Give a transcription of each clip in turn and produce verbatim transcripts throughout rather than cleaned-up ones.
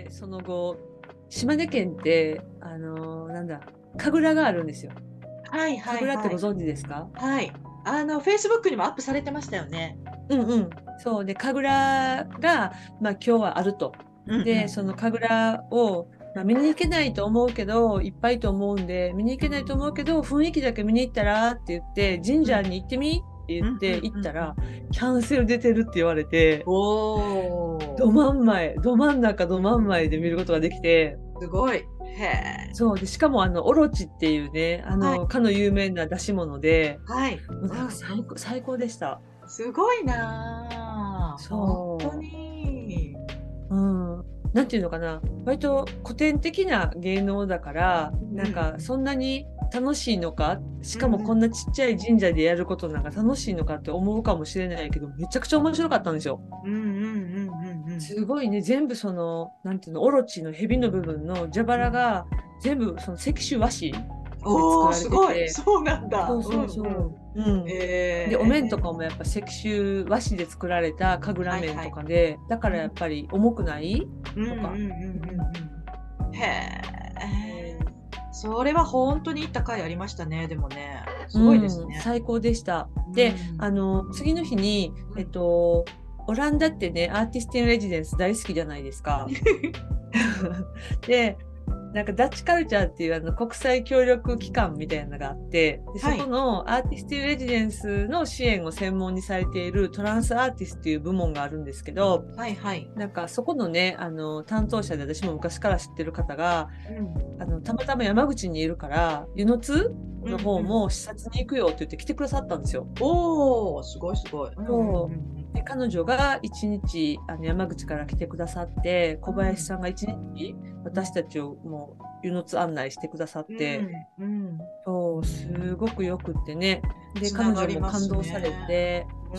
でその後島根県ってあのーなんだ神楽があるんですよ。 はいは神楽ってごいはい。 存知ですか？ はい。あの、Facebook にもアップされてましたよね。 うんうん。そうで神楽が、まあ、今日はあると。 うんうん。 でその神楽を、まあ、見に行けないと思うけどいっぱいと思うんで見に行けないと思うけど雰囲気だけ見に行ったらって言って神うん社に行ってみって言うんってうんうんうん。 行ったらキャンセル出てるって言われてどおー、 真ん前ど真ん中ど真ん前で見ることができて。 すごい。へえ。 そうでしかもあのオロチっていうねあはいのかの有名な出し物ではい。 もうなんかうん。 最高最高でした。 すごいなあ。本当そに。 う、うん、なんていうのかな割と古典的な芸能だからうんなんかそんなに楽しいのかしうんうんかもこんなちっちゃい神社でやることなんか楽しいのかって思うかもしれないけどめちゃくちゃ面白かったんですよ。 うんうんうんうんうんすごいね全部そのなんていうのオロチの蛇の部分の蛇うん。 腹が全部その石州和紙でおお、 作られすごい。 てて。 そうなんだ。 そうそううんうん。 そう。うん。で、おへ面とかえ。 もやっぱ石州和紙で作られた神楽面とはいはい。 かで、だからやっうんぱり重くないうんうんうんとか。うん。 うん。へえ。 そそれは本当に行った甲斐ありましたね、でもね。 う、 すごいですうん、 ね。 最高でした。 うで、 ん。 あの、次の日に、えっうん。 と、オランダってね、アーティスティン・レジデンス大好きじゃないですか。で、なんかダッチカルチャーっていうあの国際協力機関みたいなのがあってでそこはい。 のアーティスティレジデンスの支援を専門にされているトランスアーティスっていう部門があるんですけどはいはい。 なんかそこのねあの担当者で私も昔から知ってる方がうん。 あのたまたま山口にいるから温泉津うんの方うん。 も視察に行くよって言って来てくださったんですよ。 おお、すごいすごい。うんうんうんそうで彼女がいちにちあの山口から来てくださって小うん。 林さんがいちにち私たちをもう湯の津案内してくださっうん。 てうん。うん。 そうすごくよくってねでつな彼女もがります感動されね。 てうん。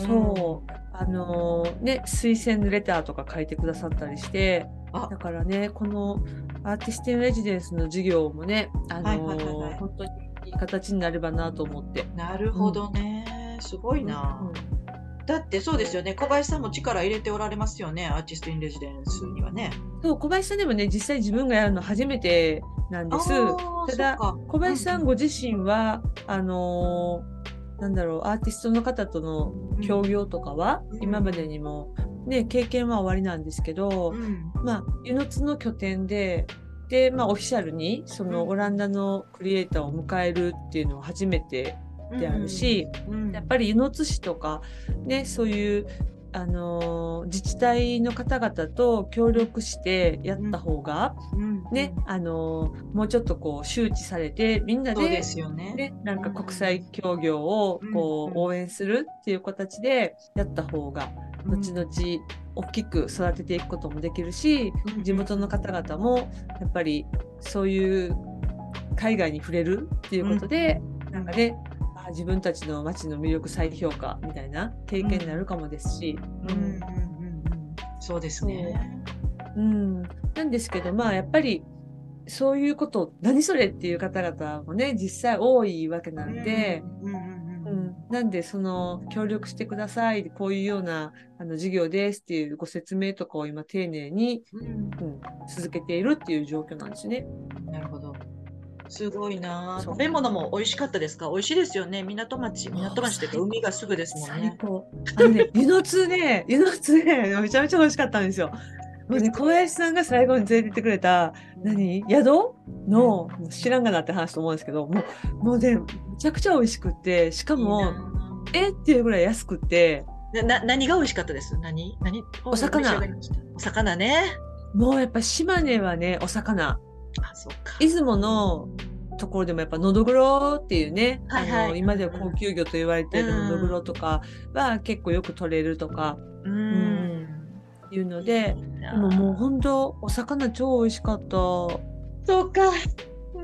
そうあのね推薦レターとか書いてくださったりしてあ、 だからねこのアーティスティン・レジデンスの授業もねあはいはいはいはい。 の本当にいい形になればなと思って。 なるほうんどね。すごいうんな。だってそうですよね。小林さんも力入れておられますよね。アーティストインレジデンスにはね。 そう小林さんでもね実際自分がやるの初めてなんあです。 あ、 ただそっか。 小林さんうんご自身はあのーなんだろうアーティストの方とのうん。 協業とかはうん今までうんにも、ね、経験は終わりなんですけど、 うん。 まあ、湯の津の拠点でで、まあ、オフィシャルにそうん。 のオランダのクリエイターを迎えるっていうのは初めてうんであるしうん。 やっぱり湯の津市とか、ね、そういうあの自治体の方々と協うん力してやったうん方が、 うんうね、 ん。 あのもうちょっとこう周知されてみんなそうでで、 すよね。 ね、なんか国うん際協業をうんこう応援するっていう形でやった方が後々 うん大きく育てていくこともできるしうん地元の方々もやっぱりそういう海外に触れるっていううんことでうんうんなんかねあ自分たちの街の魅力再評価みたいな経験になるかもですし、 うんうんうんうん、 うん。そうですそね。 う、うん、なんですけどまあやっぱりそういうこと何それっていう方々もね実際多いわけなうんんで、 うんうんうんうん、なんでその協力してくださいこういうようなあの授業ですっていうご説明とかを今丁寧に、 うん。 うん、続けているっていう状況なんですね。 なるほど。すごいな。 そう食べ物も美味しかったですか？美味しいですよね。港町、 も港町というかう最高海がすぐですもんね。 最高あのね湯の津ね湯の津ねめちゃめちゃ美味しかったんですよ。もうね、小林さんが最後に連れてってくれた、 うん、 何宿うん、 の、もう知らんがなって話と思うんですけど、もう、もうね、めちゃくちゃ美味しくって、しかいいなも、えっていうぐらい安くって、 な。な、何が美味しかったです？何何おを召し上が魚。 りました？お魚ね。 もうやっぱ島根はね、お魚。 あ、そうか。 出雲のところでもやっぱのどぐろっていうね、あの、 はいはい。 今では高級魚と言われているのどぐろとかは結構よく取れるとか、 うん。 うんううん。 ん、いうのいで、 いでももうな。 本当お魚超美味しかった。 そうか。うん、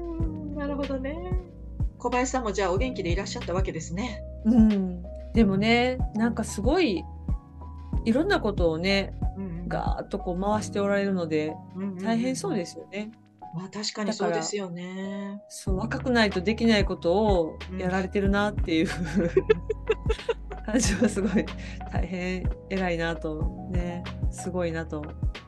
なるほどね。小林さんもじゃあお元気でいらっしゃったわけですね。 うん、でもね、なんかすごいいろんなことをね、 うんうんガーッとこう回しておられるので、 うんうんうん大変そううん。 ですよね。 まあ確かにだから、 そうですよね。 そう、若くないとできないことをうん。 やられてるなっていう感じはすごい大変偉いなと、ね、すごいなと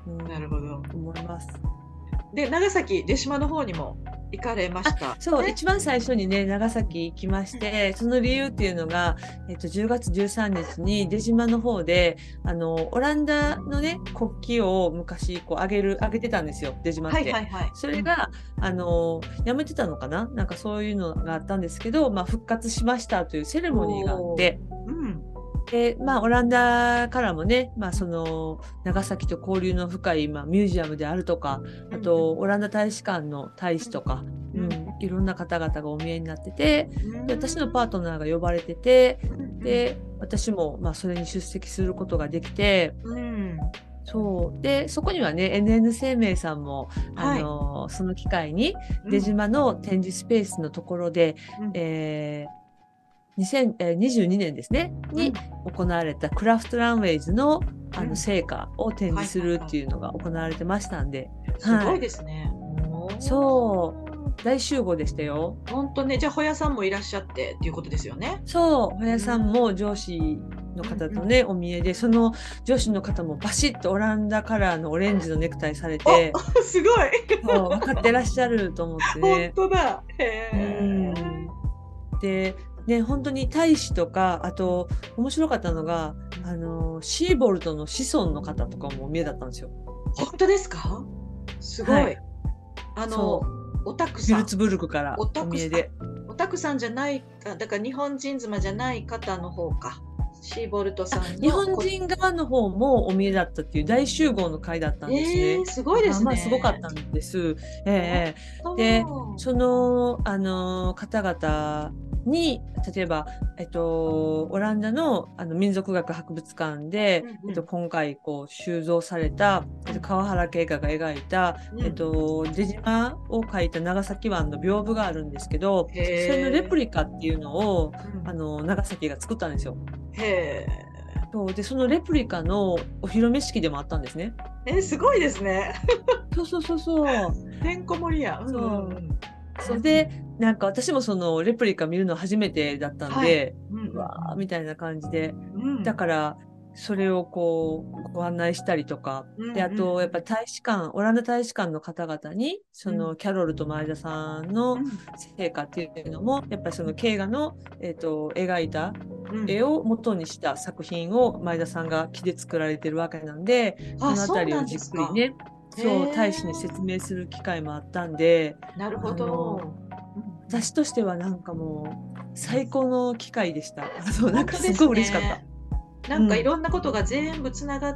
うん、 なるほど。 思います。 で、長崎、出島の方にも行かれましあ、 たそう、 ね。 一番最初にね、長崎行きまして、その理由っていうのが、えっと、じゅうがつじゅうさんにちに出島の方で、あの、オランダのね、国旗を昔、こう、上げる、上げてたんですよ、出島っはいはて。 いはい。うん。 それが、あの、やめてたのかななんかそういうのがあったんですけど、まあ、復活しましたというセレモニーがあっおお。 て、 うん。 で、まあ、オランダからもね、まあ、その、長崎と交流の深い、まあ、ミュージアムであるとか、 うんうんあと、オランダ大使館の大使とか、 うんうんうん、いろんな方々がお見えになってて、 うで、私のパーんトナーが呼ばれてて、 うんで、私も、まあ、それに出席することができて、 うん。 そう。で、そこにはね、エヌエヌ 生命さんも、あはい。 の、その機会に、出うん。 島の展示スペースのところで、 うん。 えーにせんにじゅうにねんですね、にうん。 行われたクラフトランウェイズの、あのうん。 成果を展はい示するっはいはい。 ていうのが行われてましたんで、 すごいはい。 ですね。おそう、 お。 大集合でしたよ。 ほんとね、じゃあ、ホヤさんもいらっしゃってっていうことですよね。 そう、 う林さんもん。 上司のうんうん。 方とね、お見えで、その上司の方もバシッとオランダカラーのオレンジのネクタイされお、 て、 すごい。 そう、分かってらっしゃると思ってほんね。 とだ。へうえ。 ん。で、ね、本当に大使とか、あうんと面白かったのが、 うん。 あの、シーボルトの子孫の方とかもお見えだったんですよ。 ほんとですか？すごい。 はい。 あの、 そオタクう。ビルさんツブルクからオタクさあ、 お見えで。 オタクさんじゃないか、だから日本人妻じゃない方の方か。シーボルトあ、 さん日のこ本人側の方もお見えだったっていう大集合の会だったんですね。 ええ、すごいでまあまあすごかっすね。 たんです。ええほんええ。で、 と。 その、あの、方々に、例えば、えっと、オランダの、あの民族学博物館で、えっと、 うんうん。 今回こう収蔵された、えっと、 うん。 川原慶賀が描いた、えっうん。 と、出島を描いた長崎湾の屏風があるんですけど、 へそれのレプえ。 リカっていうのを、 うん。 あの、長崎が作ったんですよ。 へえ。 そうで、そのレプリカのお披露目式でもあったんですね。 え、すごいですね。 そうそうそうそう。 てんこ盛りや。うんうんそう。 うん。 それで、なんか私もそのレプリカ見るの初めてだったんはい。 で、 うんうんうわーみたいな感じで、 うん。うん。 だから、それをこう、ご案内したりとか、で、あうんうんと、やっぱうん。 り大使館、オランダ大使館の方々に、そうん。 のキャロルと前田さんのうん。 成果っていうのも、やっぱりその慶賀の、えっと、描いたうん。 絵を元にした作品を前田さんが木で作られてるわけなんで、そあ、 のあそうなんたりをじっですか。 くりね、 へそう、大使に説え。 明する機会もあったんで、 なるほあの、 ど。うんうん。 私としてはなんかもう最高の機会でした。そう、なんかすごいほんとです嬉しかった。 ね。なんかいうん。 ろんなことが全部つながって、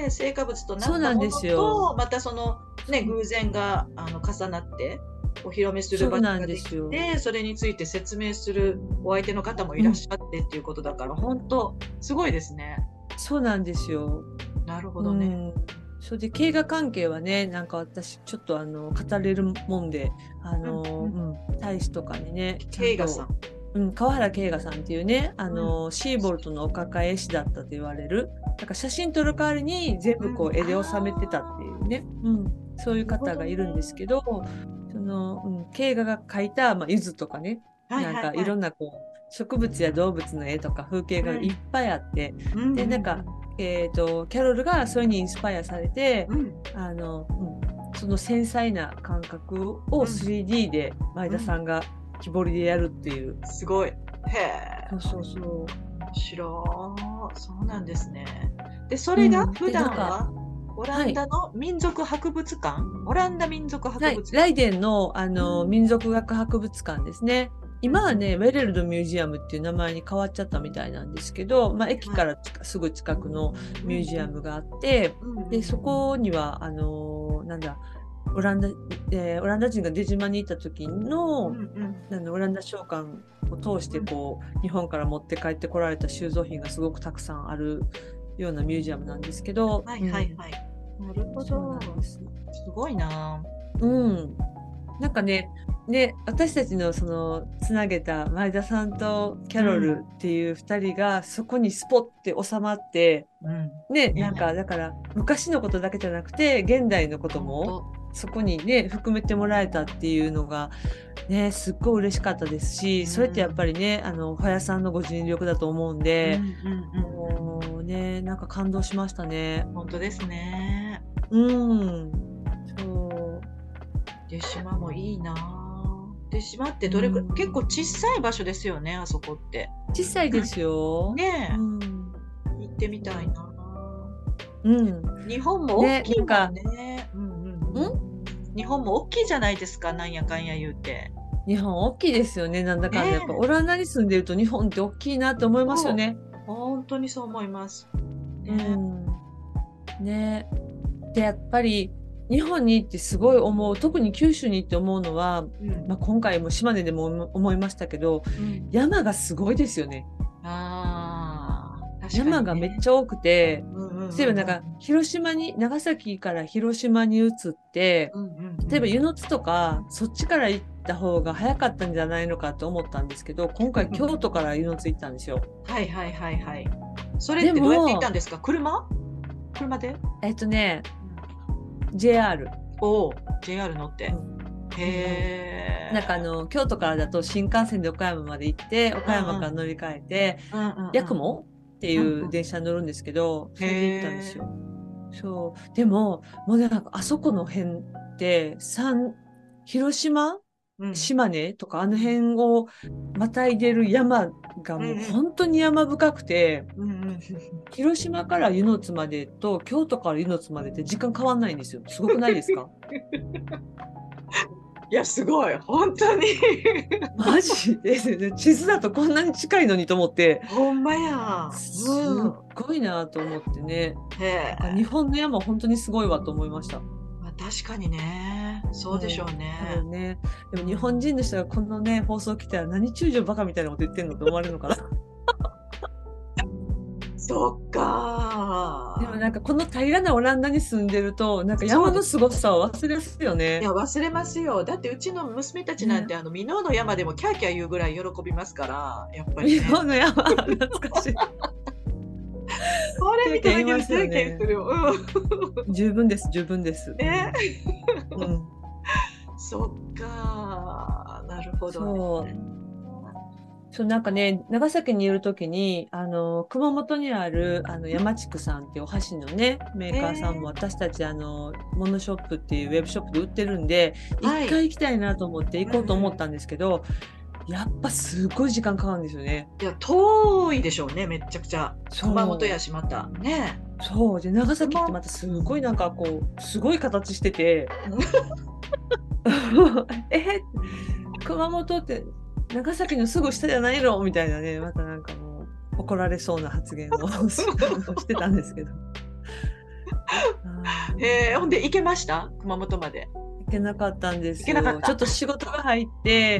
成果物となそうなんでったものすよ。 と、またそのね、 そう、 偶然があの重なって、お披露目するそうなん場所がでですよ。 きて、それについて説明するお相手の方もいうん、 らっしゃってっていうことだから、ほんとすごいですね。 そうなんですよ。 なるほどね。 うん。それで経過関係はね、なんか私ちょっとあの語れるもんで、あうんうの、 ん。 うん、大使とかにね、ちゃんと、 ケイガさん。 うん、川原慶賀さんっていうね、あうん。 の、シーボルトのお抱え師だったと言われる、なんか写真撮る代わりに全うん。 部こう絵で収めてたっていうあね、うん、そういうあ、なるほ方がいるんでどね。 すけど、その、うん、慶賀が描いた、まあ、柚子とかね、 はいなんかいはいはい。 ろんなこう植物や動物の絵とか風景がいっうん。 ぱいあって、 うんうんで、なんか、 うん。 えっと、キャロルがそれにインスパイアされて、 うん。 あの、うん、その繊細な感覚をうん。 スリーディー で前うん。 田さんが木彫りでやるっていう。 すごい。へえ。 そうそうそう。 面白い。そうなんですね。で、そうん。 れが普で、なんか、 段はオラはい。 ンダの民族博物館オランダ民族博はい。 物館。 ライデンの、あの、 うん。 民族学博物館ですね。 うんうん。 今はね、ウェレルドミュージアムっていう名前に変わっちゃったみたいなんですけど、まあ、駅はい。 から近すぐ近くのうんミュージうん。 アムがあって、 うんうで、そんうん。 こには、あの、なんだ、オランダ、えーオランダ人が出島に行った時の、 うんうん。 なんだ、オランダ商館を通してうん。 こう、日本から持って帰ってこられた収蔵品がすごくたくさんあるようなミュージアムなんですけど、 はいうん、 はいはい。なるほそうど。 なんです。 すごいな。 うん。なんかね、ね、私たちのそのつなげた前田さんとキャロうん。 ルっていうふたりがそこにスポッて収まって、 うん。 ね、なんね、 かだから昔のことだけじゃなくて現代のこともほんと。 そこにね、含めてもらえたっていうのがね、すっごい嬉しかったですうし、それってやっぱん。 りね、あの、ホヤさんのご尽力だと思うんで、 うんうんうんうん。 もうね、なんか感動しましたね。 ほんとですね。 うん。そう。 出島もいいなぁ。出島ってうどれく、結構ん。 小さい場所ですよね、あそこって。 小さいですよ。うねん。 え、行ってみたいなそぁ。 う。うん。 日本も大ね、 きいもんなんか、 ね。うんうんんうん。日本も大きいじゃないですか、なんやかんや言うて。 日本大きいですよね。なんだかんだ。やっぱオねえ、 ランダに住んでると日本って大きいなって思いますよそう。 ね。 本当にそう思います。 うねん。ね。で、やっぱり日本に行ってすごい思う、特に九州に行って思うのは、 え。うん。 まあ、今回も島根でも思思いましたけど、 うん。 山がすごいですよね。 ああ、確か山がめっにね。 ちゃ多くて、 うんうんうん例えばなんかうん。 広島に、長崎から広島に移って、 うんうんう例えばん。 湯の津とかそっちから行った方が早かったんじゃないのかと思ったんですけど、今回京都から湯の津行ったんですよ。 はいはいはいはい。それっでてどうやって行ったんも、 ですか？車？車で？ えっとね、 うん。 ジェイアール。 おお、ジェイアール 乗って。 うん、 へうんうん。なんかあえ。 の、京都からだと新幹線で岡山まで行って、岡山からうんうん。 乗り換えて、 うんうんうん。 八雲ってうんうん。 いう電車に乗るんですけど、 へそれで行ったんですえ。 よ。そう。でも、もうなんかあそこの辺って、三広島うん。 島根とかあのうん。 辺をまたいでる山がもううんうん。 本当に山深くて、 うんうん。 広島から湯の津までと京都から湯の津までって時間変わんないんですよ。すごくないですか？ いや、すごい。本当に。 マジですね。地図だとこんなに近いのにと思って、 ほんまや。 すっうん。 ごいなと思ってね。 へえ。 なんか日本の山本当にすごいわと思いました。 まあ、確かにね。そうでしょううん、多ね。 分ね。 うでも日本ん。 人の人がこのね、放送来たら何中条バカみたいなこと言ってんのと思われるのかな。 そっでもか。 なんかこの平らなオランダに住んでると、なんか山のそうです。 凄さを忘れますよね。 いや、忘れますよ。だってうちの娘たちなんね。 て、あの、箕面の山でもキャーキャー言うぐらい喜びますから、やっぱりね。 日本の山、懐かしい。 これ見ただ経験いますよけでキャーキャー言ってね。 るよ。うん。 十分です、十分です。うね。 ん。うん。 そっか。なるほどね。 そう。そう、なんかね、長崎にいるときに、あの、熊本にある、あの、山地区さんっていうお箸のね、メーカーさんもえ私たち、あの、モノショップっていうウェブショップで売ってるんで、 ー、はい。 一回行きたいなと思って行うんこうとうん。 思ったんですけど、やっぱすごい時間かかるんですよね。 いや、遠いでしょうね、めっちゃくちゃ。熊本やそしまた。ねう。そう。で、長え。熊、 崎ってまたすごいなんかこう、すごい形してて、 うん。 え、熊本って長崎のすぐ下じゃないのみたいなね、またなんかもう怒られそうな発言をしてたんですけど。あへえ、ほんー、 で行けました？熊本まで。 行けなかったんで行すよ。ちょっけなかった。 と仕事が入って、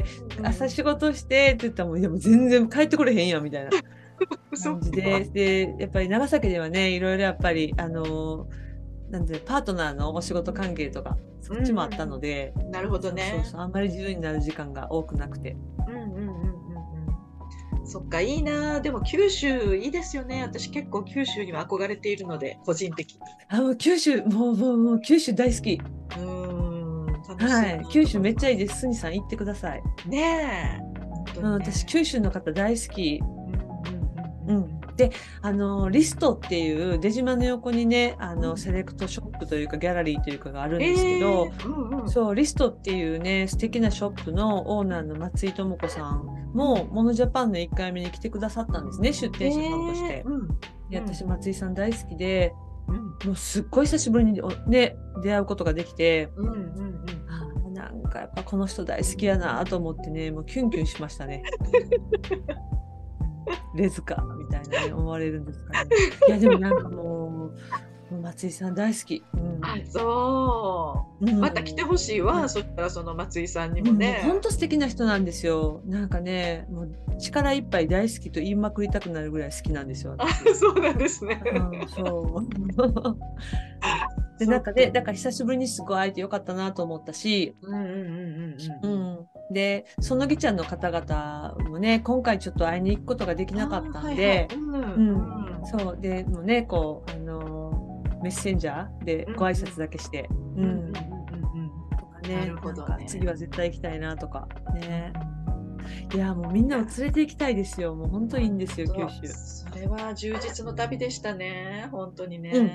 うんうん。 朝仕事してって言ったらもう、いやもう全然帰ってこれへんやんみたいなそっ感じで、 か。 で、やっぱり長崎ではね、いろいろやっぱり、あの、なんで、パートナーのお仕事関係とか、そうんうんっちもあったので、 うん。なるほどね。 そうそうそう、あんまり自由になる時間が多くなくて。 うんうんうんうんうん。そっか、いいな。でも九州いいですよね。私結構九州には憧れているので、個人的に。 あ、もう九州、もう、もう、もう九州大好き。 うーん、楽しそうはい。 だな九州と思います。 めっちゃいいです。すにさん行ってください。 ねえ、本当うん、 に私、 ね。 九州の方大好き。 うんうんうん。で、あの、リストっていう出島の横にね、あの、 うんうん。 セレクトショップというか、ギャラリーというかがあるんですけど、 ええ、うんうん。 そう、リストっていうね、素敵なショップのオーナーの松井智子さんも、 うん。 モノジャパンのいっかいめに来てくださったんですね、出え店者さんとしえ、 て。 うん。 で、私、 うん。 松井さん大好きで、 うん。 もうすっごい久しぶりにおね、出会うことができて、 うんうんうんうん。 あーなんかやっぱこの人大好きやなと思ってね、もうキュンキュンしましたね。うん、レズかみたいなね、思われるんですかね。いや、でもなんかもう、もう松井さん大好き。うあ、 ん。 そうう。また来てん。 ほしいわ。 なそしたらその松井さんにもうん、もう本ね。 当素敵な人なんですよ。なんかね、もう力いっぱい大好きと言いまくりたくなるぐらい好きなんですよ、 あ、 私。 そうなんですね。 うん、そう。で、 そっか。 なんかね、だから久しぶりにすごい会えてよかったなと思ったし、 うんうんうんうんうんうん。 うん。で、そのぎちゃんの方々もね、今回ちょっと会いに行くことができああ、 なかったはいはい。 んで、 うん、うん、 うん。 うん、 そう。で、もうね、こう、あのーメッセンジャーでうん、 ご挨拶だけして、ううん、うん、うん、 ん。 うん。 とかね、 なるほなんかどね。 次は絶対行きたいなとか、 うん、 ね。いや、もうみんなを連れて行きたいですよ。もう本当いいんですよ、九そう、 州。 それは充実の旅でしたね。本当にうん。 ね。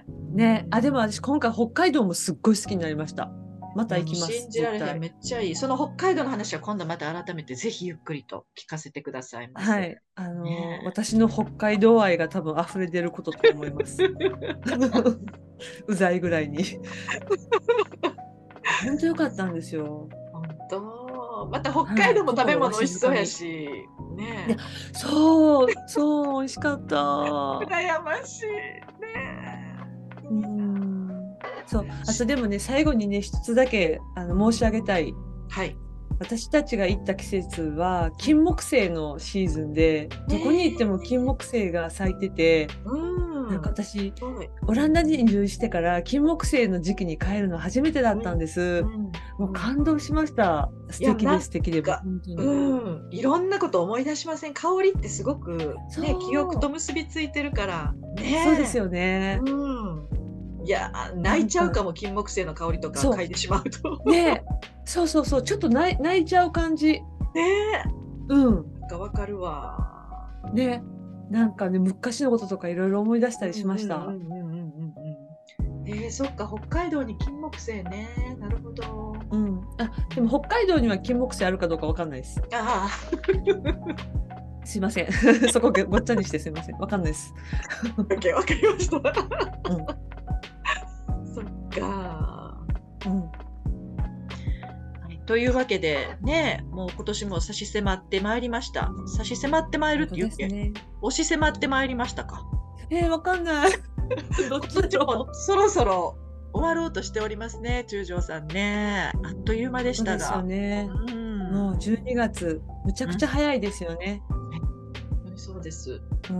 ね、あ、でも私今回北海道もすっごい好きになりました。またいや、もう行きます、 信じられへん。 絶対。 めっちゃいい。その北海道の話は今度また改めてぜひゆっくりと聞かせてくださいませ。 はい。あの、 ね私の北海道愛が多分溢れてることと思います。 え。 うざいぐらいに。本当良かったんですよ。 本当。また北海はい。 道も食べ心わ物美味しそうやしづかみ。 し。 いや、 ねそう、そう、美味しかっえ。 た。 羨ましい。ねえ。 ういいな。 ん。そう。あとしでもね、最後にね、一つだけあの申し上げたい。 はい。 私たちが行った季節は金木犀のシーズンで、どこに行っても金ええ木犀が咲いてて、なんかうん。 私、 すごい。 オランダに移住してから金木犀の時期に帰るの初めてだったんうん。 です。 うん。 もううん。 感動しました。素いや、 敵でなん素敵で、もうか、 本当に。 うん、いろんなこと思い出しません？香りってすごくね、記憶とそう、 結びついてるから。ねそうですよえ。 ね。 うん。いや、泣いなんか、 ちゃうかも、金木犀の香りとか嗅いそでしまうと。 う、ね、そうそうそう、ちょっと泣い、泣いちゃう感じ。 ねえ。 うん。 なんかわかるわ。 ね。なんかね、昔のこととかいろいろ思い出したりしうんうんうんました。 うんうんうんうん。ええ、そっか、北海道に金木犀ね。なるほど。 うん。あ、でも北海道には金木犀あるかどうかわかんないです。 ああ、 すいません。そこごっちゃにしてすいません。わかんないです。 オッケー、わかりました。 うん。 そっか。 うん。 はい、というわけで、ね、もう今年も差し迫ってまいりました。差し迫ってまいる本当っていうっけ？ ですね。 押し迫ってまいりましたか？ えー、わかんない。どっち今年だろもそろそろ終わろうとしておりますね、中条さんね。あっという間でう。そうですよしたが。 ね。 うん。 もうじゅうにがつ、むちゃくちゃ早いですよね。 本当にそうです。 うん。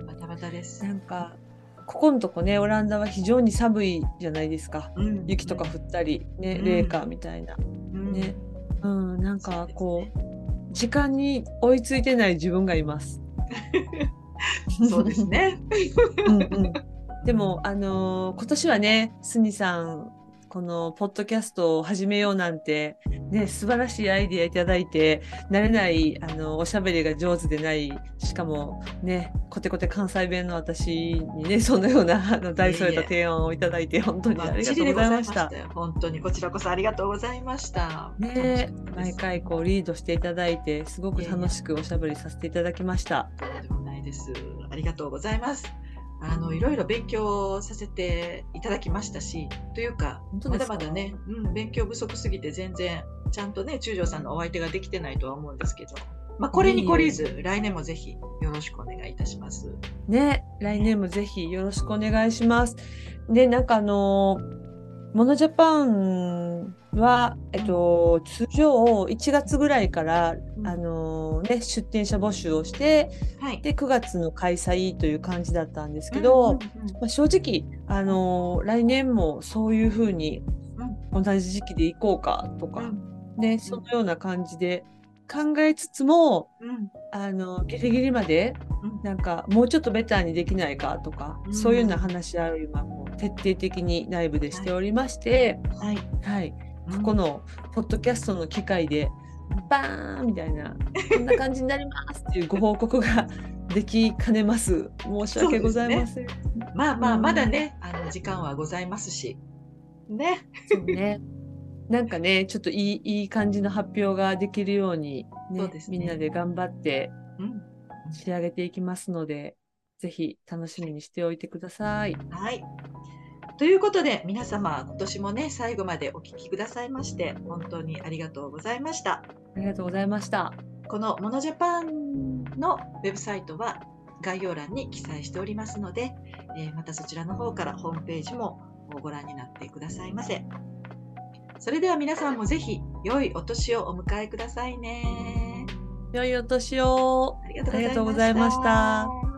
バタバタです。 なんか、ここのとこね、オランダは非常に寒いじゃないですか。 うん、 雪とか降ったり、ね、 うん、 冷夏みたいな。 うん、 ね。うん、なんかそうですね。 こう、時間に追いついてない自分がいます。 そうですね。 うんうん。でも、 うんあのー今年はね、スニさん、このポッドキャストを始めようなんて、ね、素晴らしいアイディアいただいて、慣れない、あの、おしゃべりが上手でない、しかもね、コテコテ関西弁の私にね、そのような、あの、大それたいえいえ、 提案をいただいて、本当にバありがとうごッチリでございました。 ざいましたよ。本当にこちらこそありがとうございました。楽しね、 かったです。 毎回こうリードしていただいて、すごくいえいえ、 楽しくおしゃべりさせていただきました。 とんでもないです。ありがとうございます。あの、いろいろ勉強させていただきましたし、というか、ま本当ですか？ だまだね、うん、勉強不足すぎて全然、ちゃんとね、中条さんのお相手ができてないとは思うんですけど、まあ、これにいえいえ。 懲りず、来年もぜひよろしくお願いいたします。 ね、来年もぜひよろしくお願いします。で、なんかあの、モノジャパンは、えっと、通常いちがつぐらいから、 うんあのね、出店者募集をして、 はい。 で、くがつの開催という感じだったんですうんうんけど、 うんまあ、正直、あの来年もそういうふうに同じ時期で行こうかとか、 うんね、そのような感じで考えつつも、 うんあのギリギリまでうんなんかもうちょっとベターにできないかとか、 うんそういうような話し合いを今もう徹底的に内部でしておりまして、 はい。 はい、 うんここのポッドキャストの機会でバーンみたいな、こんな感じになりますっていうご報告ができかねます。申し訳ございません。 まあまあ、 うんまだね、あの時間はございますし、ね。 そうね。なんかね、ちょっといい、いい感じの発表ができるようにね、 そうですねみんなで頑張ってうん。 仕上げていきますので、ぜひ楽しみにしておいてください。 はい。ということで、皆様、今年もね、最後までお聞きくださいまして、本当にありがとうございました。 ありがとうございました。 このモノジャパンのウェブサイトは概要欄に記載しておりますので、えーまたそちらの方からホームページもご覧になってくださいませ。それでは皆さんもぜひ良いお年をお迎えくださいね。 良いお年を。 ありがとありがとううございましございました。 た。